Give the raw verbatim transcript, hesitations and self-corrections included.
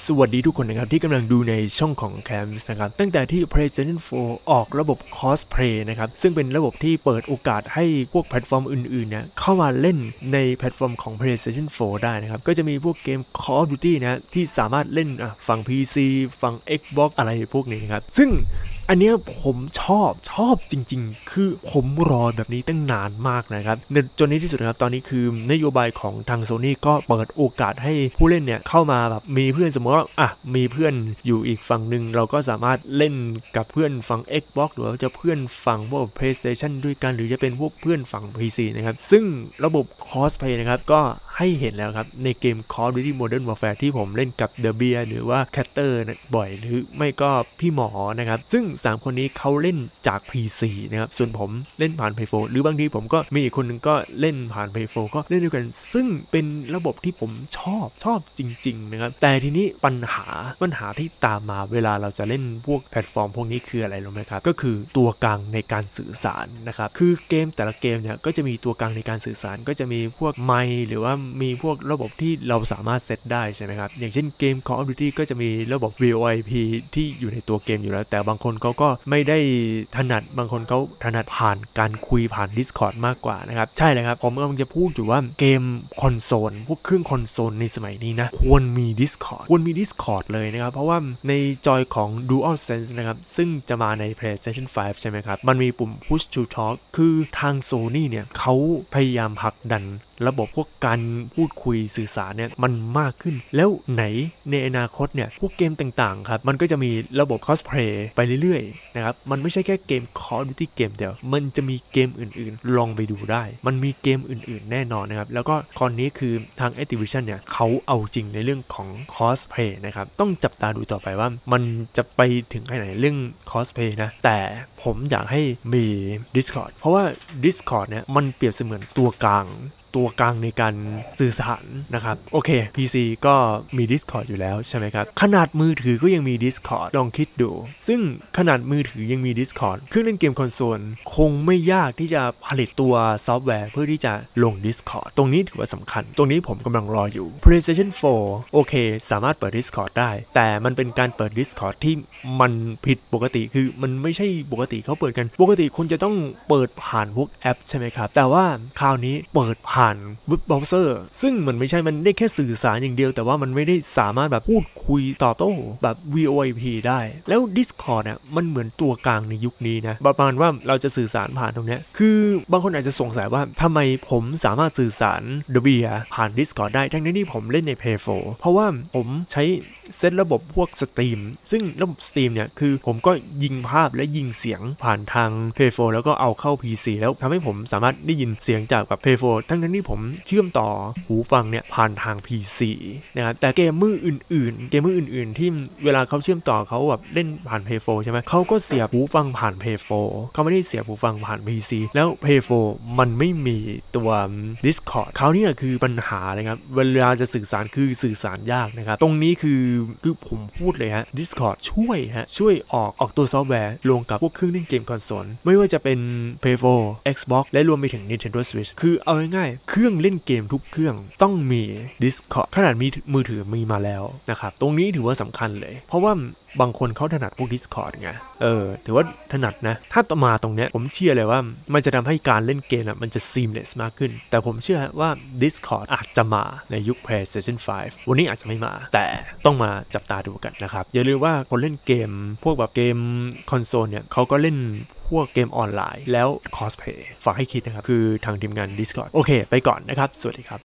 สวัสดีทุกคนนะครับที่กำลังดูในช่องของ Camps นะครับตั้งแต่ที่ PlayStation โฟร์ ออกระบบ Crossplay นะครับซึ่งเป็นระบบที่เปิดโอกาสให้พวกแพลตฟอร์มอื่นๆเนี่ยเข้ามาเล่นในแพลตฟอร์มของ PlayStation โฟร์ ได้นะครับก็จะมีพวกเกม Call of Duty นะที่สามารถเล่นฝั่ง พี ซี ฝั่ง Xbox อะไรพวกนี้นะครับซึ่งอันนี้ผมชอบชอบจริงๆคือผมรอแบบนี้ตั้งนานมากนะครับจนในที่สุดนะครับตอนนี้คือนโยบายของทาง Sony ก็เปิดโอกาสให้ผู้เล่นเนี่ยเข้ามาแบบมีเพื่อนสมมติว่าอ่ะมีเพื่อนอยู่อีกฝั่งหนึ่งเราก็สามารถเล่นกับเพื่อนฝั่ง Xbox หรือว่าจะเพื่อนฝั่งพวก PlayStation ด้วยกันหรือจะเป็นพวกเพื่อนฝั่ง พี ซี นะครับซึ่งระบบ Crossplay นะครับก็ให้เห็นแล้วครับในเกม Call of Duty Modern Warfare ที่ผมเล่นกับ The Bear หรือว่า Catter บ่อยหรือไม่ก็พี่หมอนะครับซึ่งสามคนนี้เขาเล่นจาก พี ซี นะครับส่วนผมเล่นผ่าน พี โฟร์ หรือบางทีผมก็มีอีกคนนึงก็เล่นผ่าน พี โฟร์ ก็เล่นด้วยกันซึ่งเป็นระบบที่ผมชอบชอบจริงๆนะครับแต่ทีนี้ปัญหาปัญหาที่ตามมาเวลาเราจะเล่นพวกแพลตฟอร์มพวกนี้คืออะไรรู้ไหมครับก็คือตัวกลางในการสื่อสารนะครับคือเกมแต่ละเกมเนี่ยก็จะมีตัวกลางในการสื่อสารก็จะมีพวกไมค์หรือว่ามีพวกระบบที่เราสามารถเซตได้ใช่ไหมครับอย่างเช่นเกม Call of Duty ก็จะมีระบบ วี โอ ไอ พี ที่อยู่ในตัวเกมอยู่แล้วแต่บางคนเขาก็ไม่ได้ถนัดบางคนเขาถนัดผ่านการคุยผ่าน Discord มากกว่านะครับใช่เลยครับผมกำลังจะพูดอยู่ว่าเกมคอนโซลพวกเครื่องคอนโซลในสมัยนี้นะควรมี Discord ควรมี Discord เลยนะครับเพราะว่าในจอยของ DualSense นะครับซึ่งจะมาใน PlayStation ไฟว์ ใช่ไหมครับมันมีปุ่ม Push to Talk คือทาง Sony เนี่ยเขาพยายามผลักดันระบบพวกการพูดคุยสื่อสารเนี่ยมันมากขึ้นแล้วไหนในอนาคตเนี่ยพวกเกมต่างๆครับมันก็จะมีระบบ Crossplay ไปเรื่อยๆนะครับมันไม่ใช่แค่เกม Call of Duty เกมเดียวมันจะมีเกมอื่นๆลองไปดูได้มันมีเกมอื่นๆแน่นอนนะครับแล้วก็คอนนี้คือทาง Activision เนี่ยเขาเอาจริงในเรื่องของ Crossplay นะครับต้องจับตาดูต่อไปว่ามันจะไปถึงแค่ไหนเรื่อง Crossplay นะแต่ผมอยากให้มี Discord เพราะว่า Discord เนี่ยมันเปรียบเสมือนตัวกลางตัวกลางในการสื่อสารนะครับโอเค พี ซี ก็มี Discord อยู่แล้วใช่ไหมครับขนาดมือถือก็ยังมี Discord ลองคิดดูซึ่งขนาดมือถือยังมี Discord เครื่องเล่นเกมคอนโซลคงไม่ยากที่จะผลิตตัวซอฟต์แวร์เพื่อที่จะลง Discord ตรงนี้ถือว่าสำคัญตรงนี้ผมกำลังรออยู่ PlayStation โฟร์ โอเคสามารถเปิด Discord ได้แต่มันเป็นการเปิด Discord ที่มันผิดปกติคือมันไม่ใช่ปกติเขาเปิดกันปกติคุณจะต้องเปิดผ่านพวกแอปใช่ไหมครับแต่ว่าคราวนี้เปิดผ่านเว็บเบราว์เซอร์ซึ่งมันไม่ใช่มันได้แค่สื่อสารอย่างเดียวแต่ว่ามันไม่ได้สามารถแบบพูดคุยตอบโต้แบบ วี โอ ไอ พี ได้แล้ว Discord เนี่ยมันเหมือนตัวกลางในยุคนี้นะประมาณว่าเราจะสื่อสารผ่านตรงเนี้ยคือบางคนอาจจะสงสัยว่าทำไมผมสามารถสื่อสาร The Bear ผ่าน Discord ได้ทั้งที่ผมเล่นใน พี โฟร์ เพราะว่าผมใช้เซตระบบพวกสตรีมซึ่งระบบสตรีมเนี่ยคือผมก็ยิงภาพและยิงเสียงผ่านทาง พี โฟร์ แล้วก็เอาเข้า พี ซี แล้วทำให้ผมสามารถได้ยินเสียงจากแบบ พี โฟร์ ทั้งนั้นที่ผมเชื่อมต่อหูฟังเนี่ยผ่านทาง พี ซี นะครับแต่เกมมืออื่นๆเกมมืออื่นๆที่เวลาเขาเชื่อมต่อเขาแบบเล่นผ่าน พี โฟร์ ใช่ไหมเขาก็เสียบหูฟังผ่าน พี โฟร์ เขาไม่ได้เสียบหูฟังผ่าน พี ซี แล้ว พี โฟร์ มันไม่มีตัว Discord เขาเนี่ยคือปัญหาเลยครับเวลาจะสื่อสารคือสื่อสารยากนะครับตรงนี้คือคือผมพูดเลยฮะ Discord ช่วยฮะช่วยออกออกตัวซอฟต์แวร์ลงกับพวกเครื่องเล่นเกมคอนโซลไม่ว่าจะเป็น พี โฟร์ Xbox และรวมไปถึง Nintendo Switch คือเอาง่ายๆเครื่องเล่นเกมทุกเครื่องต้องมี Discord ขนาดมีมือถือมีมาแล้วนะครับตรงนี้ถือว่าสำคัญเลยเพราะว่าบางคนเขาถนัดพวก Discord ไงเออถือว่าถนัดนะถ้าต่อมาตรงเนี้ยผมเชื่อเลยว่ามันจะทำให้การเล่นเกมอ่ะมันจะ seamless มากขึ้นแต่ผมเชื่อว่า Discord อาจจะมาในยุค PlayStation ไฟว์ วันนี้อาจจะไม่มาแต่ต้องมาจับตาดูกันนะครับอย่าลืมว่าคนเล่นเกมพวกแบบเกมคอนโซลเนี่ยเขาก็เล่นพวกเกมออนไลน์แล้ว Crossplay ฝากให้คิดนะครับคือทางทีมงาน Discord โอเคไปก่อนนะครับสวัสดีครับ